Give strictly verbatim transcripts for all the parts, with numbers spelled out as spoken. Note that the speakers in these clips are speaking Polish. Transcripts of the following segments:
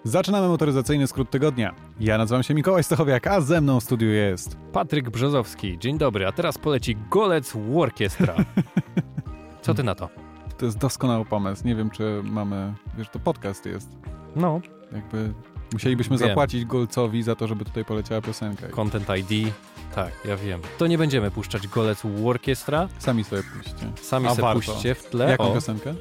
Zaczynamy motoryzacyjny skrót tygodnia. Ja nazywam się Mikołaj Stachowiak, a ze mną w studiu jest... Patryk Brzozowski. Dzień dobry, a teraz poleci Golec Orkiestra. Co ty na to? To jest doskonały pomysł. Nie wiem, czy mamy... Wiesz, to podcast jest. No. Jakby musielibyśmy wiem. zapłacić Golcowi za to, żeby tutaj poleciała piosenka. Content I D. Tak, ja wiem. To nie będziemy puszczać Golec Orkiestra. Sami sobie puśćcie. Sami A sobie warto. puśćcie w tle. Jaką O, piosenkę?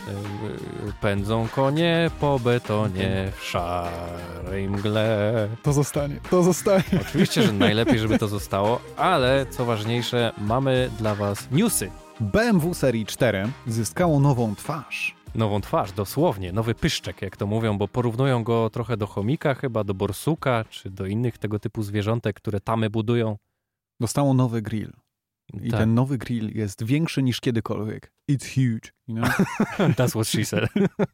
Pędzą konie po betonie w szarej mgle. To zostanie, to zostanie. Oczywiście, że najlepiej, żeby to zostało, ale co ważniejsze, mamy dla was newsy. B M W serii cztery zyskało nową twarz. Nową twarz, dosłownie, nowy pyszczek, jak to mówią, bo porównują go trochę do chomika, chyba do borsuka, czy do innych tego typu zwierzątek, które tamy budują. Dostało nowy grill. I tak. ten nowy grill jest większy niż kiedykolwiek. It's huge, you know? That's what she said.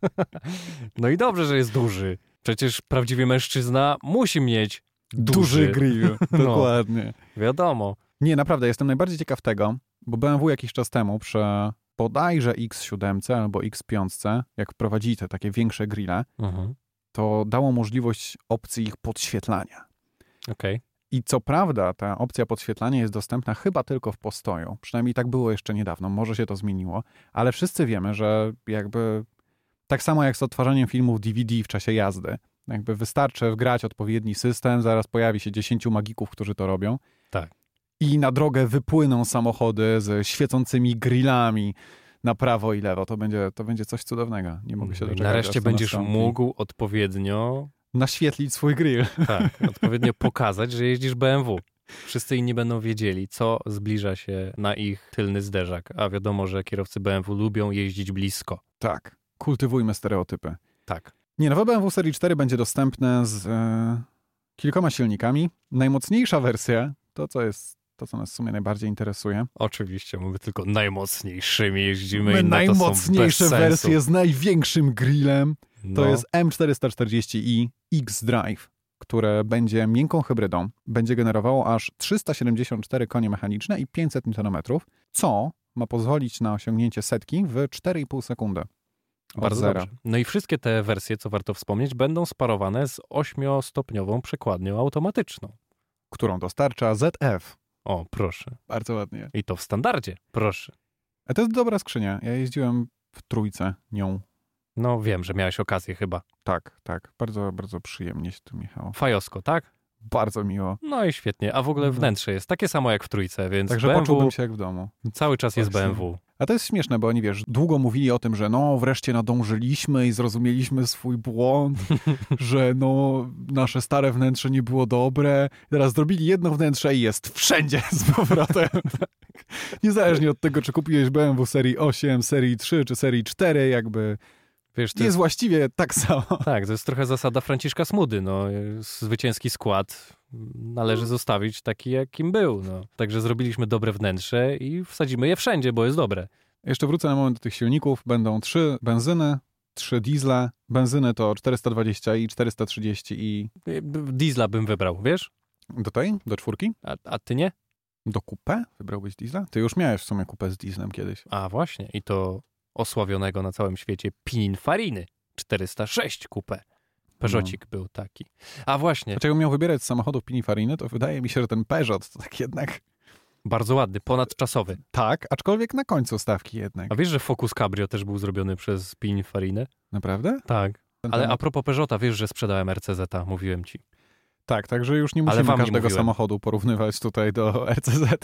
No i dobrze, że jest duży. Przecież prawdziwy mężczyzna musi mieć duży, Duży grill, No. dokładnie. Wiadomo. Nie, naprawdę, jestem najbardziej ciekaw tego, bo B M W jakiś czas temu przy bodajże X siedem albo X pięć, jak wprowadzili te takie większe grille, Mhm. to dało możliwość opcji ich podświetlania. Okej. Okay. I co prawda ta opcja podświetlania jest dostępna chyba tylko w postoju. Przynajmniej tak było jeszcze niedawno, może się to zmieniło, ale wszyscy wiemy, że jakby tak samo jak z odtwarzaniem filmów D V D w czasie jazdy, jakby wystarczy wgrać odpowiedni system, zaraz pojawi się dziesięciu magików, którzy to robią. Tak. I na drogę wypłyną samochody z świecącymi grillami na prawo i lewo. To będzie, to będzie coś cudownego. Nie mogę się doczekać. Nareszcie aż to będziesz nastąpi. mógł odpowiednio naświetlić swój grill. Tak, odpowiednio pokazać, że jeździsz B M W. Wszyscy inni będą wiedzieli, co zbliża się na ich tylny zderzak. A wiadomo, że kierowcy B M W lubią jeździć blisko. Tak. Kultywujmy stereotypy. Tak. Nie, nowe B M W serii cztery będzie dostępne z e, kilkoma silnikami. Najmocniejsza wersja, to co jest, to co nas w sumie najbardziej interesuje. Oczywiście, my tylko najmocniejszymi jeździmy. My inne najmocniejsze to są bez wersje sensu. z największym grillem. To No. jest M czterysta czterdzieści i X-Drive, które będzie miękką hybrydą. Będzie generowało aż trzysta siedemdziesiąt cztery konie mechaniczne i pięćset niutonmetrów, co ma pozwolić na osiągnięcie setki w cztery i pół sekundy. Od Bardzo zera. dobrze. No i wszystkie te wersje, co warto wspomnieć, będą sparowane z ośmiostopniową przekładnią automatyczną. Którą dostarcza Z F. O, proszę. Bardzo ładnie. I to w standardzie. Proszę. A to jest dobra skrzynia. Ja jeździłem w trójce nią. No wiem, że miałeś okazję chyba. Tak, tak. Bardzo, bardzo przyjemnie się tu jechało. Fajosko, tak? Bardzo miło. No i świetnie. A w ogóle No. wnętrze jest takie samo jak w trójce, więc Także B M W poczułbym się jak w domu. cały czas jest B Właśnie. M W. A to jest śmieszne, bo oni, wiesz, długo mówili o tym, że no wreszcie nadążyliśmy i zrozumieliśmy swój błąd, że no nasze stare wnętrze nie było dobre. Teraz zrobili jedno wnętrze i jest wszędzie z powrotem. Tak. Niezależnie od tego, czy kupiłeś B M W serii osiem, serii trzy czy serii cztery, jakby Wiesz, to jest jest, właściwie tak samo. tak, to jest trochę zasada Franciszka Smudy. No. Zwycięski skład należy zostawić taki, jakim był. No. Także zrobiliśmy dobre wnętrze i wsadzimy je wszędzie, bo jest dobre. Jeszcze wrócę na moment do tych silników. Będą trzy benzyny, trzy diesle. Benzyny to czterysta dwadzieścia i czterysta trzydzieści i... Diesla bym wybrał, wiesz? Do tej? Do czwórki? A, a ty nie? Do coupé? Wybrałbyś diesla? Ty już miałeś w sumie coupé z dieslem kiedyś. A właśnie. I to osławionego na całym świecie Pininfariny. czterysta sześć Coupé. Peugeotik No. był taki. A właśnie. Dlaczego miał wybierać z samochodów Pininfariny, to wydaje mi się, że ten Peugeot to tak jednak... Bardzo ładny, ponadczasowy. Tak, aczkolwiek na końcu stawki jednak. A wiesz, że Focus Cabrio też był zrobiony przez Pininfarinę? Naprawdę? Tak. Ten Ale temat- a propos Peugeota, wiesz, że sprzedałem R C Z, mówiłem ci. Tak, także już nie Ale musimy wam nie każdego mówiłem. samochodu porównywać tutaj do R C Z.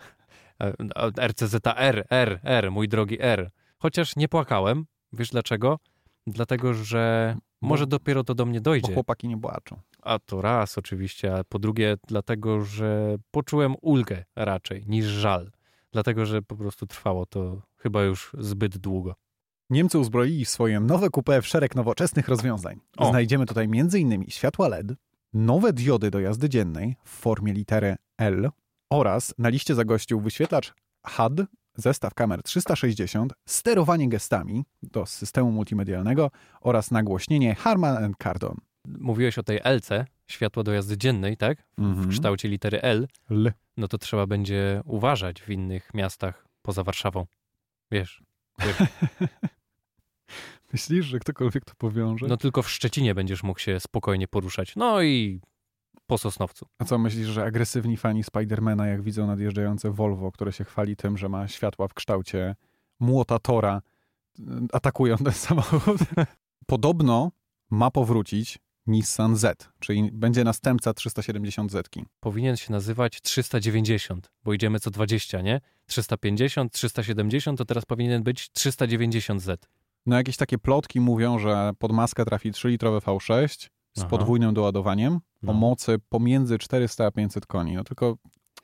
E, a R C Z R, R, R, mój drogi R. Chociaż nie płakałem. Wiesz dlaczego? Dlatego, że może Bo- dopiero to do mnie Bo dojdzie. chłopaki nie płaczą. A to raz oczywiście, a po drugie dlatego, że poczułem ulgę raczej niż żal. Dlatego, że po prostu trwało to chyba już zbyt długo. Niemcy uzbroili swoje nowe coupé w szereg nowoczesnych rozwiązań. O. Znajdziemy tutaj między innymi światła L E D, nowe diody do jazdy dziennej w formie litery L oraz na liście zagościł wyświetlacz H U D, zestaw kamer trzysta sześćdziesiąt, sterowanie gestami do systemu multimedialnego oraz nagłośnienie Harman and Kardon. Mówiłeś o tej L C, światło do jazdy dziennej, tak? Mhm. W kształcie litery L. L. No to trzeba będzie uważać w innych miastach poza Warszawą. Wiesz, wiesz. Myślisz, że ktokolwiek to powiąże? No tylko w Szczecinie będziesz mógł się spokojnie poruszać. No i po Sosnowcu. A co myślisz, że agresywni fani Spidermana, jak widzą nadjeżdżające Volvo, które się chwali tym, że ma światła w kształcie młota Tora, atakują ten samochód? Podobno ma powrócić Nissan Z, czyli będzie następca trzysta siedemdziesiąt zetki. Powinien się nazywać trzysta dziewięćdziesiąt, bo idziemy co dwadzieścia, nie? trzysta pięćdziesiąt, trzysta siedemdziesiąt, to teraz powinien być trzysta dziewięćdziesiąt Z. No jakieś takie plotki mówią, że pod maskę trafi trzylitrowy V sześć z Aha. podwójnym doładowaniem o No. mocy pomiędzy czterysta a pięćset koni. No tylko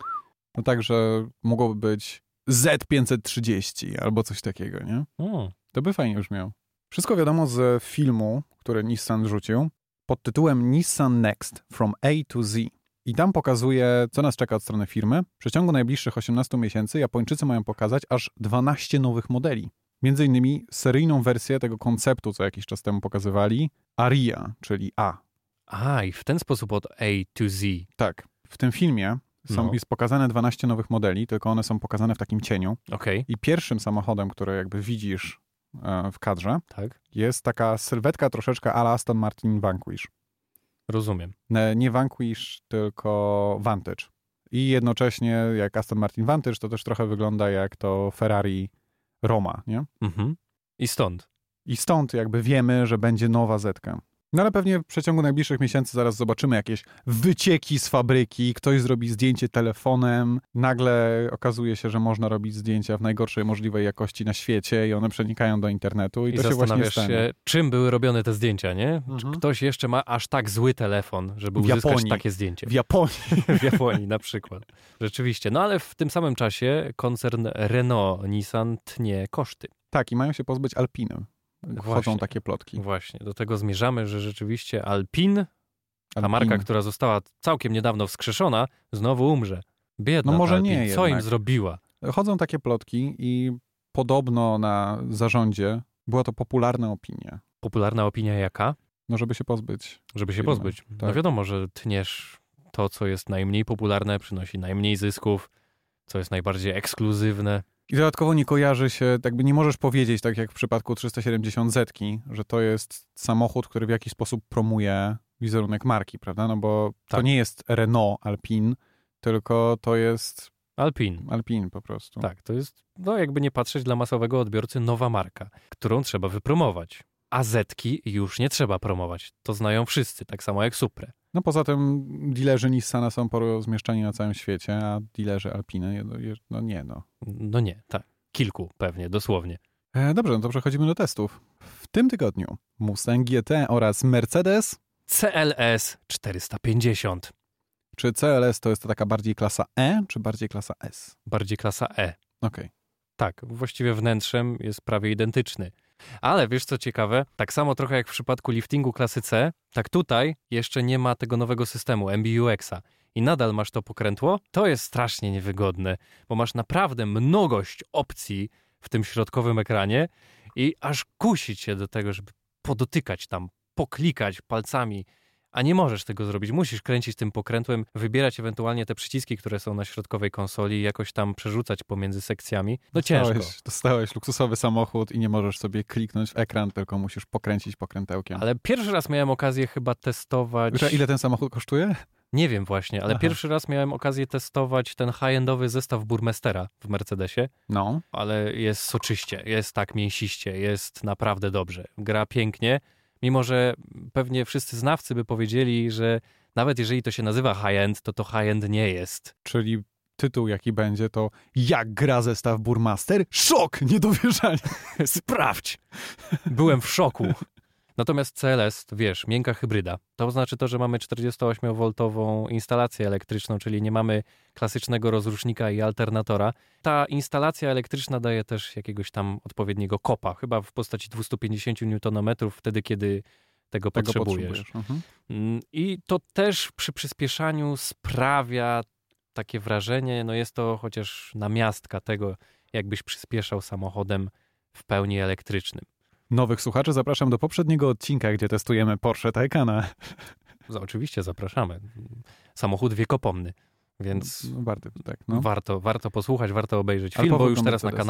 no tak, że mogłoby być Z pięćset trzydzieści albo coś takiego, nie? O, To by fajnie brzmiało. Wszystko wiadomo z filmu, który Nissan wrzucił pod tytułem Nissan Next From A to Z. I tam pokazuje, co nas czeka od strony firmy. W przeciągu najbliższych osiemnastu miesięcy Japończycy mają pokazać aż dwanaście nowych modeli. Między innymi seryjną wersję tego konceptu, co jakiś czas temu pokazywali, Aria, czyli A. A, i w ten sposób od A to Z. Tak. W tym filmie są, No. jest pokazane dwanaście nowych modeli, tylko one są pokazane w takim cieniu. Okej, I pierwszym samochodem, który jakby widzisz e, w kadrze, tak, jest taka sylwetka troszeczkę a la Aston Martin Vanquish. rozumiem. Ne- Nie Vanquish, tylko Vantage. I jednocześnie jak Aston Martin Vantage, to też trochę wygląda jak to Ferrari Roma, nie? Mhm. I stąd. I stąd jakby wiemy, że będzie nowa Zetka. No ale pewnie w przeciągu najbliższych miesięcy zaraz zobaczymy jakieś wycieki z fabryki, ktoś zrobi zdjęcie telefonem, nagle okazuje się, że można robić zdjęcia w najgorszej możliwej jakości na świecie i one przenikają do internetu i, I to się właśnie zastanawiasz stanie. się, czym były robione te zdjęcia, nie? Mhm. Czy ktoś jeszcze ma aż tak zły telefon, żeby W uzyskać Japonii. takie zdjęcie? W Japonii. W Japonii na przykład. Rzeczywiście. No ale w tym samym czasie koncern Renault Nissan tnie koszty. Tak, i mają się pozbyć Alpiny. Wchodzą Właśnie. takie plotki. Właśnie. Do tego zmierzamy, że rzeczywiście Alpine, ta Alpine. marka, która została całkiem niedawno wskrzeszona, znowu umrze. Biedna No może ta Alpine. nie Co im jednak. zrobiła? Chodzą takie plotki i podobno na zarządzie była to popularna opinia. Popularna opinia jaka? No żeby się pozbyć. Żeby się Firma, pozbyć. No tak. wiadomo, że tniesz to, co jest najmniej popularne, przynosi najmniej zysków, co jest najbardziej ekskluzywne. I dodatkowo nie kojarzy się, jakby nie możesz powiedzieć, tak jak w przypadku trzysta siedemdziesiąt zetki, że to jest samochód, który w jakiś sposób promuje wizerunek marki, prawda? No bo to Tak. nie jest Renault Alpine, tylko to jest Alpine. Alpine po prostu. Tak, to jest, no jakby nie patrzeć, dla masowego odbiorcy nowa marka, którą trzeba wypromować. A Zetki już nie trzeba promować. To znają wszyscy, tak samo jak Suprę. No poza tym dealerzy Nissana są porozmieszczani na całym świecie, a dealerzy Alpine, no, je- no nie no. No nie, tak. Kilku pewnie, dosłownie. E, dobrze, no to przechodzimy do testów. W tym tygodniu Mustang G T oraz Mercedes, C L S czterysta pięćdziesiąt. czy C L S to jest to taka bardziej klasa E, czy bardziej klasa S? Bardziej klasa E. Okej. Tak, właściwie wnętrzem jest prawie identyczny. Ale wiesz co ciekawe, tak samo trochę jak w przypadku liftingu klasy C, tak tutaj jeszcze nie ma tego nowego systemu M B U X-a. I nadal masz to pokrętło, to jest strasznie niewygodne, bo masz naprawdę mnogość opcji w tym środkowym ekranie i aż kusi cię do tego, żeby podotykać tam, poklikać palcami, a nie możesz tego zrobić. Musisz kręcić tym pokrętłem, wybierać ewentualnie te przyciski, które są na środkowej konsoli i jakoś tam przerzucać pomiędzy sekcjami. No ciężko. Dostałeś, dostałeś luksusowy samochód i nie możesz sobie kliknąć w ekran, tylko musisz pokręcić pokrętełkiem. Ale pierwszy raz miałem okazję chyba testować... Że ile ten samochód kosztuje? Nie wiem właśnie, ale Aha. pierwszy raz miałem okazję testować ten high-endowy zestaw Burmestera w Mercedesie, No. ale jest soczyście, jest tak mięsiście, jest naprawdę dobrze. Gra pięknie, mimo że pewnie wszyscy znawcy by powiedzieli, że nawet jeżeli to się nazywa high-end, to to high-end nie jest. Czyli tytuł jaki będzie to jak gra zestaw Burmaster? Szok! Niedowierzanie! Sprawdź! Byłem w szoku. Natomiast C L S, wiesz, miękka hybryda. To znaczy to, że mamy czterdziestoośmiowoltową instalację elektryczną, czyli nie mamy klasycznego rozrusznika i alternatora. Ta instalacja elektryczna daje też jakiegoś tam odpowiedniego kopa, chyba w postaci dwieście pięćdziesiąt niutonometrów wtedy, kiedy tego, Tego potrzebujesz. potrzebujesz. Mhm. Mm, I to też przy przyspieszaniu sprawia takie wrażenie, no jest to chociaż namiastka tego, jakbyś przyspieszał samochodem w pełni elektrycznym. Nowych słuchaczy zapraszam do poprzedniego odcinka, gdzie testujemy Porsche Taycana. No, oczywiście zapraszamy. Samochód wiekopomny, więc No, warto, tak, no. warto, warto posłuchać, warto obejrzeć Ale film, bo powrót już do teraz na Mercedesa. kanale.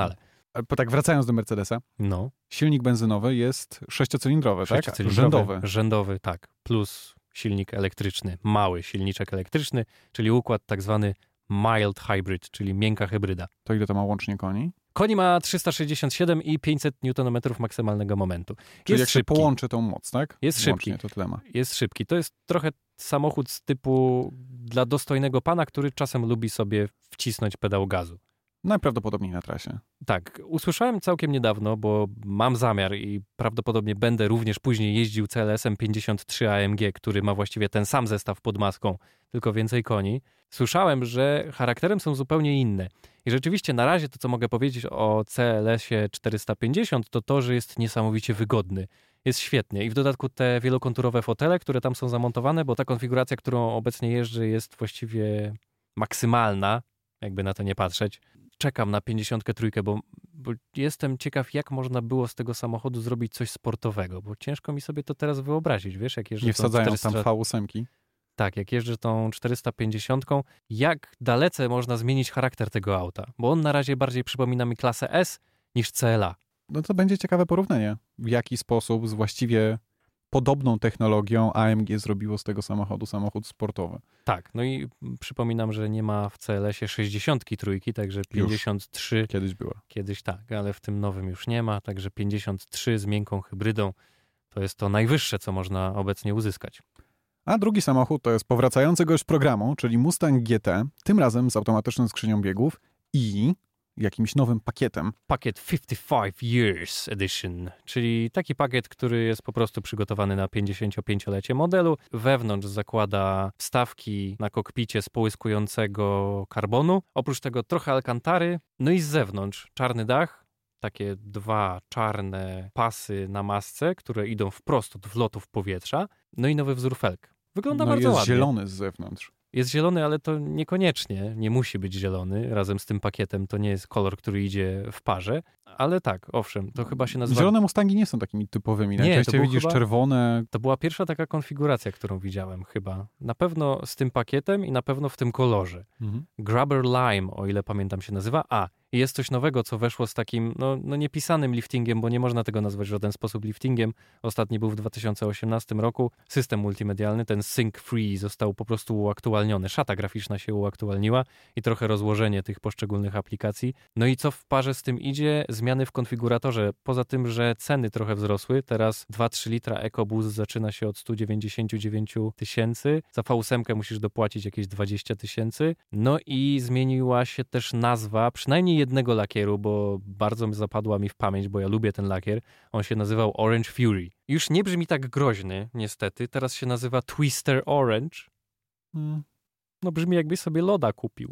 A tak wracając do Mercedesa, No. silnik benzynowy jest sześciocylindrowy, tak? Sześciocylindrowy, Rzędowy. Rzędowy, tak. Plus silnik elektryczny, mały silniczek elektryczny, czyli układ tak zwany mild hybrid, czyli miękka hybryda. To ile to ma łącznie koni? Koni ma trzysta sześćdziesiąt siedem i pięćset niutonometrów maksymalnego momentu. Czyli Jest jak się szybki. połączy tą moc, tak? Jest Łącznie szybki. to tyle ma. Jest szybki. To jest trochę samochód z typu dla dostojnego pana, który czasem lubi sobie wcisnąć pedał gazu. Najprawdopodobniej na trasie. Tak, usłyszałem całkiem niedawno, bo mam zamiar i prawdopodobnie będę również później jeździł C L S-em pięćdziesiąt trzy A M G, który ma właściwie ten sam zestaw pod maską, tylko więcej koni. Słyszałem, że charakterem są zupełnie inne. I rzeczywiście na razie to, co mogę powiedzieć o C L S-ie czterysta pięćdziesiąt, to to, że jest niesamowicie wygodny. Jest świetnie. I w dodatku te wielokonturowe fotele, które tam są zamontowane, bo ta konfiguracja, którą obecnie jeżdżę, jest właściwie maksymalna, jakby na to nie patrzeć. Czekam na pięćdziesiątkę trzy, bo, bo jestem ciekaw, jak można było z tego samochodu zrobić coś sportowego, bo ciężko mi sobie to teraz wyobrazić, wiesz, jak jeżdżę Nie wsadzają czterysta... tam V osiem. Tak, jak jeżdżę tą czterysta pięćdziesiąt, jak dalece można zmienić charakter tego auta, bo on na razie bardziej przypomina mi klasę S niż C L A. No to będzie ciekawe porównanie. W jaki sposób z właściwie podobną technologią A M G zrobiło z tego samochodu samochód sportowy. Tak, no i przypominam, że nie ma w C L S-ie sześćdziesiątki trójki, także pięćdziesiąt trzy. Już. Kiedyś była. Kiedyś tak, ale w tym nowym już nie ma, także pięćdziesiąt trzy z miękką hybrydą to jest to najwyższe, co można obecnie uzyskać. A drugi samochód to jest powracający gość programu, czyli Mustang G T, tym razem z automatyczną skrzynią biegów i jakimś nowym pakietem. Pakiet pięćdziesiąt pięć Years Edition, czyli taki pakiet, który jest po prostu przygotowany na pięćdziesięciopięciolecie modelu. Wewnątrz zakłada wstawki na kokpicie z połyskującego karbonu. Oprócz tego trochę alkantary, no i z zewnątrz czarny dach, takie dwa czarne pasy na masce, które idą wprost od wlotów powietrza, no i nowy wzór felg. Wygląda no bardzo jest ładnie. zielony z zewnątrz. Jest zielony, ale to niekoniecznie, nie musi być zielony. Razem z tym pakietem to nie jest kolor, który idzie w parze, ale tak, owszem, to chyba się nazywa... Zielone Mustangi nie są takimi typowymi. Nie, Najczęściej to widzisz chyba... czerwone. To była pierwsza taka konfiguracja, którą widziałem chyba. Na pewno z tym pakietem i na pewno w tym kolorze. Mhm. Grabber Lime, o ile pamiętam się nazywa. A, i jest coś nowego, co weszło z takim, no, no niepisanym liftingiem, bo nie można tego nazwać w żaden sposób liftingiem. Ostatni był w dwa tysiące osiemnastym roku. System multimedialny, ten Sync Free, został po prostu uaktualniony. Szata graficzna się uaktualniła i trochę rozłożenie tych poszczególnych aplikacji. No i co w parze z tym idzie? Zmiany w konfiguratorze. Poza tym, że ceny trochę wzrosły. Teraz dwa trzy litra EcoBoost zaczyna się od sto dziewięćdziesiąt dziewięć tysięcy. Za V osiem musisz dopłacić jakieś dwadzieścia tysięcy. No i zmieniła się też nazwa, przynajmniej jednego lakieru, bo bardzo zapadła mi w pamięć, bo ja lubię ten lakier. On się nazywał Orange Fury. Już nie brzmi tak groźny, niestety. Teraz się nazywa Twister Orange. Hmm. No brzmi, jakbyś sobie loda kupił.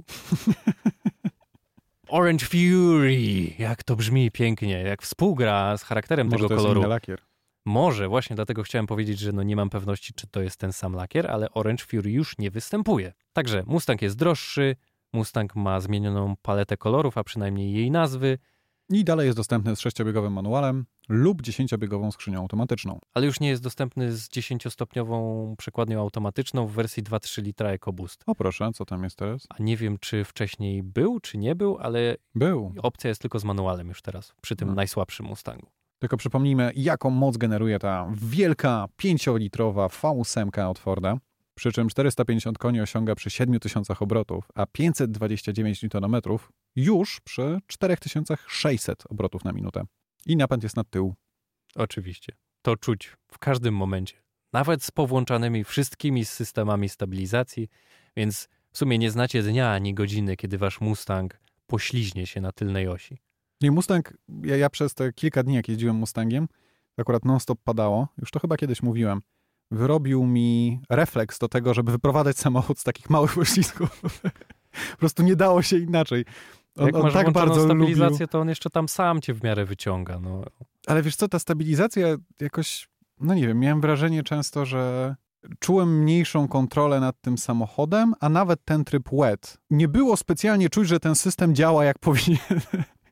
Orange Fury! Jak to brzmi pięknie, jak współgra z charakterem Może tego to jest koloru. inny lakier. Może, właśnie dlatego chciałem powiedzieć, że no nie mam pewności, czy to jest ten sam lakier, ale Orange Fury już nie występuje. Także Mustang jest droższy, Mustang ma zmienioną paletę kolorów, a przynajmniej jej nazwy. I dalej jest dostępny z sześciobiegowym manualem lub dziesięciobiegową skrzynią automatyczną. Ale już nie jest dostępny z dziesięciostopniową przekładnią automatyczną w wersji dwa trzy litra EcoBoost. O proszę, co tam jest teraz? A nie wiem, czy wcześniej był, czy nie był, ale Był. opcja jest tylko z manualem już teraz, przy tym No. najsłabszym Mustangu. Tylko przypomnijmy, jaką moc generuje ta wielka, pięciolitrowa V osiem od Forda. Przy czym czterysta pięćdziesiąt koni osiąga przy siedmiu tysiącach obrotów, a pięćset dwadzieścia dziewięć niutonometrów już przy cztery tysiące sześćset obrotów na minutę. I napęd jest na tył. Oczywiście. To czuć w każdym momencie. Nawet z powłączanymi wszystkimi systemami stabilizacji, więc w sumie nie znacie dnia ani godziny, kiedy wasz Mustang pośliźnie się na tylnej osi. I Mustang, ja, ja przez te kilka dni, jak jeździłem Mustangiem, akurat non-stop padało, już to chyba kiedyś mówiłem, wyrobił mi refleks do tego, żeby wyprowadzać samochód z takich małych poślizgów. Po prostu nie dało się inaczej. On, Jak on masz tak włączoną bardzo stabilizację, lubił. to on jeszcze tam sam cię w miarę wyciąga. No. Ale wiesz co, ta stabilizacja jakoś, no nie wiem, miałem wrażenie często, że czułem mniejszą kontrolę nad tym samochodem, a nawet ten tryb wet. Nie było specjalnie czuć, że ten system działa jak powinien.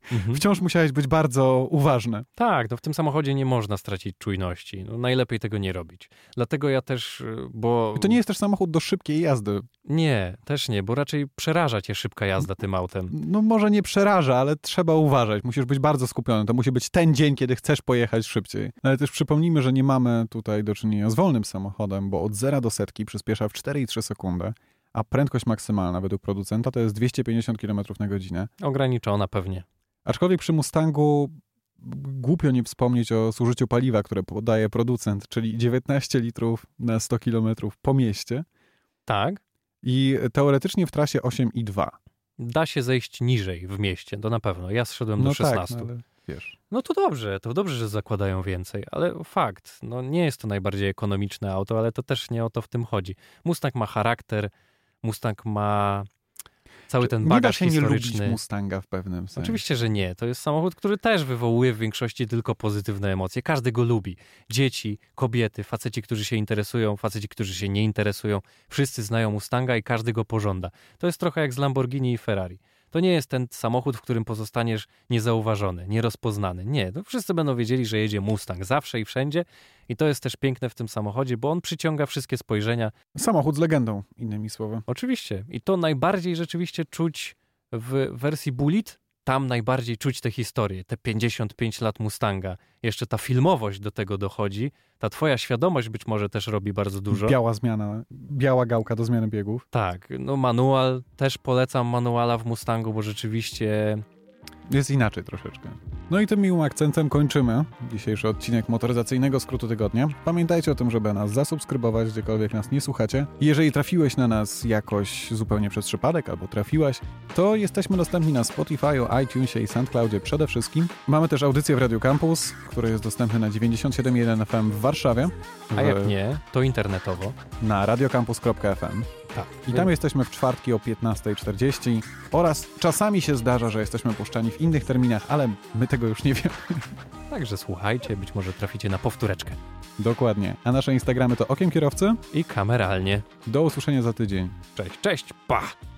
Mhm. wciąż musiałeś być bardzo uważny. Tak, no w tym samochodzie nie można stracić czujności. No najlepiej tego nie robić. Dlatego ja też, bo... I to nie jest też samochód do szybkiej jazdy. Nie, też nie, bo raczej przeraża cię szybka jazda tym autem. No może nie przeraża, ale trzeba uważać. Musisz być bardzo skupiony. To musi być ten dzień, kiedy chcesz pojechać szybciej. Ale też przypomnijmy, że nie mamy tutaj do czynienia z wolnym samochodem, bo od zera do setki przyspiesza w cztery i trzy sekundy, a prędkość maksymalna według producenta to jest dwieście pięćdziesiąt kilometrów na godzinę. Ograniczona pewnie. Aczkolwiek przy Mustangu głupio nie wspomnieć o zużyciu paliwa, które podaje producent, czyli dziewiętnaście litrów na sto kilometrów po mieście Tak, i teoretycznie w trasie osiem i dwa. da się zejść niżej w mieście, to na pewno. Ja zszedłem do No tak, szesnastu. no ale wiesz. No to dobrze, to dobrze, że zakładają więcej, ale fakt, no nie jest to najbardziej ekonomiczne auto, ale to też nie o to w tym chodzi. Mustang ma charakter, Mustang ma cały ten Nie da bagaż się nie historyczny. lubić Mustanga w pewnym sensie. Oczywiście, że nie. To jest samochód, który też wywołuje w większości tylko pozytywne emocje. Każdy go lubi. Dzieci, kobiety, faceci, którzy się interesują, faceci, którzy się nie interesują. Wszyscy znają Mustanga i każdy go pożąda. To jest trochę jak z Lamborghini i Ferrari. To nie jest ten samochód, w którym pozostaniesz niezauważony, nierozpoznany. Nie, to wszyscy będą wiedzieli, że jedzie Mustang zawsze i wszędzie i to jest też piękne w tym samochodzie, bo on przyciąga wszystkie spojrzenia. Samochód z legendą, innymi słowy. Oczywiście. I to najbardziej rzeczywiście czuć w wersji Bullitt. Tam najbardziej czuć tę historię, te pięćdziesiąt pięć lat Mustanga. Jeszcze ta filmowość do tego dochodzi. Ta twoja świadomość być może też robi bardzo dużo. Biała zmiana, biała gałka do zmiany biegów. Tak, no manual, też polecam manuala w Mustangu, bo rzeczywiście... Jest inaczej troszeczkę. No i tym miłym akcentem kończymy dzisiejszy odcinek motoryzacyjnego Skrótu Tygodnia. Pamiętajcie o tym, żeby nas zasubskrybować, gdziekolwiek nas nie słuchacie. Jeżeli trafiłeś na nas jakoś zupełnie przez przypadek, albo trafiłaś, to jesteśmy dostępni na Spotify'u, iTunesie i SoundCloudzie przede wszystkim. Mamy też audycję w Radio Campus, który jest dostępny na dziewięćdziesiąt siedem jeden F M w Warszawie. W... A jak nie, to internetowo. Na radiocampus kropka f m. Tak. I tam jesteśmy w czwartki o piętnasta czterdzieści oraz czasami się zdarza, że jesteśmy puszczani w innych terminach, ale my tego już nie wiemy. Także słuchajcie, być może traficie na powtóreczkę. Dokładnie. A nasze Instagramy to Okiem Kierowcy. I kameralnie. Do usłyszenia za tydzień. Cześć, cześć, pa!